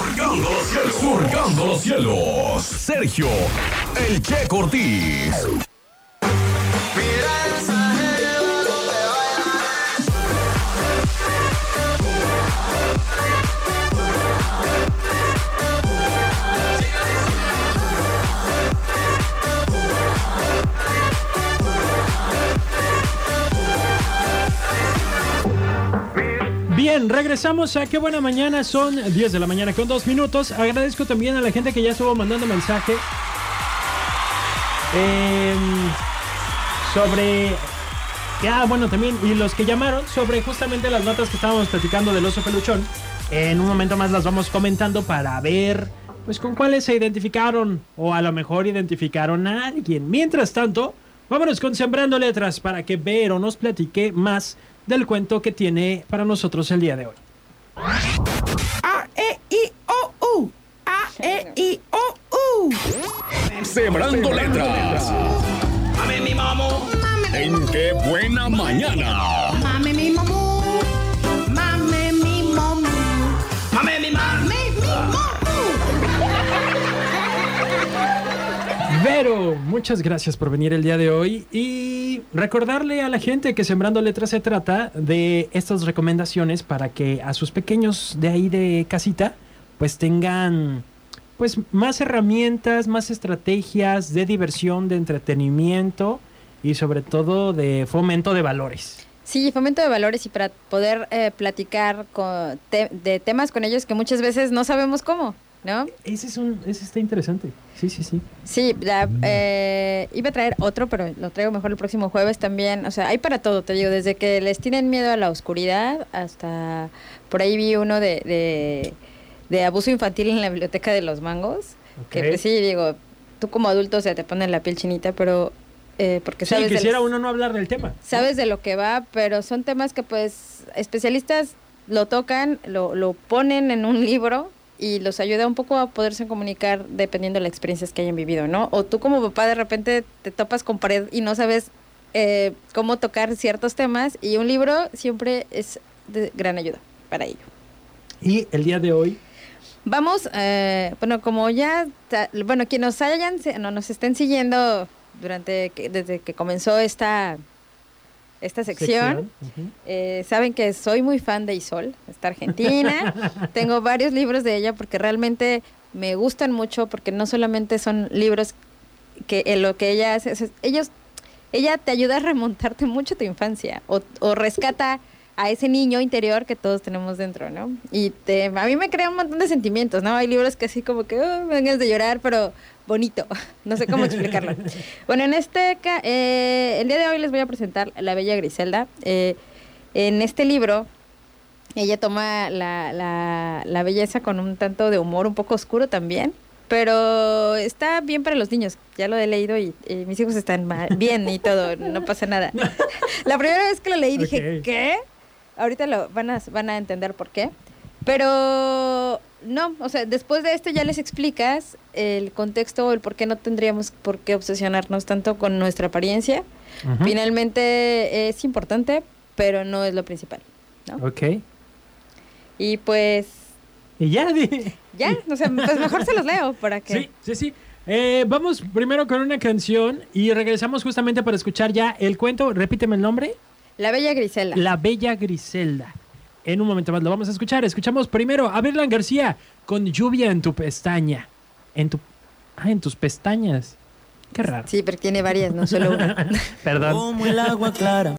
Surcando los cielos. Sergio, el Che Cortés. Bien, regresamos a Qué Buena Mañana. Son 10 de la mañana con 2 minutos. Agradezco también a la gente que ya estuvo mandando mensaje sobre... bueno, también, y los que llamaron sobre justamente las notas que estábamos platicando del oso peluchón. En un momento más las vamos comentando para ver, pues, con cuáles se identificaron, o a lo mejor identificaron a alguien. Mientras tanto, vámonos con Sembrando Letras para que Vero nos platique más del cuento que tiene para nosotros el día de hoy. A-E-I-O-U. A-E-I-O-U. Sembrando Letras. Mame mi mamó. En Qué Buena Mañana. Mame mi mamó. Mame mi mamó. Mame mi mamó. Vero, muchas gracias por venir el día de hoy y recordarle a la gente que Sembrando Letras se trata de estas recomendaciones para que a sus pequeños de ahí de casita pues tengan pues más herramientas, más estrategias de diversión, de entretenimiento y sobre todo de fomento de valores. Sí, fomento de valores y para poder platicar de temas con ellos que muchas veces no sabemos cómo, ¿no? Ese está interesante. Sí. Sí, iba a traer otro, pero lo traigo mejor el próximo jueves también. O sea, hay para todo, te digo, desde que les tienen miedo a la oscuridad hasta por ahí vi uno de abuso infantil en la biblioteca de los mangos. Okay. Que pues sí, digo, tú como adulto, o sea, te ponen la piel chinita, pero porque sabes... Sí, quisiera uno no hablar del tema. Sabes de lo que va, pero son temas que pues especialistas lo tocan, lo ponen en un libro y los ayuda un poco a poderse comunicar dependiendo de las experiencias que hayan vivido, ¿no? O tú como papá de repente te topas con pared y no sabes cómo tocar ciertos temas y un libro siempre es de gran ayuda para ello. Y el día de hoy vamos, como ya, quienes nos estén siguiendo desde que comenzó esta sección. Uh-huh. Saben que soy muy fan de Isol, esta argentina. Tengo varios libros de ella porque realmente me gustan mucho, porque no solamente son libros que en lo que ella hace, ella te ayuda a remontarte mucho tu infancia o rescata a ese niño interior que todos tenemos dentro, ¿no? Y a mí me crea un montón de sentimientos, ¿no? Hay libros que así como que me dan ganas de llorar, pero bonito. No sé cómo explicarlo. Bueno, el día de hoy les voy a presentar La Bella Griselda. En este libro, ella toma la belleza con un tanto de humor un poco oscuro también, pero está bien para los niños. Ya lo he leído y mis hijos están bien y todo, no pasa nada. La primera vez que lo leí dije, ¿qué? Ahorita van a entender por qué. Pero no, o sea, después de esto ya les explicas el contexto o el por qué no tendríamos por qué obsesionarnos tanto con nuestra apariencia. Uh-huh. Finalmente es importante, pero no es lo principal, ¿no? Ok. Y pues... Y ya, o sea, pues mejor se los leo para que... Sí. Vamos primero con una canción y regresamos justamente para escuchar ya el cuento. Repíteme el nombre. La Bella Griselda. La Bella Griselda. En un momento más lo vamos a escuchar. Escuchamos primero a Berlan García con Lluvia en tu pestaña. En tus pestañas. Qué raro. Sí, pero tiene varias, no solo una. Perdón. Como el agua clara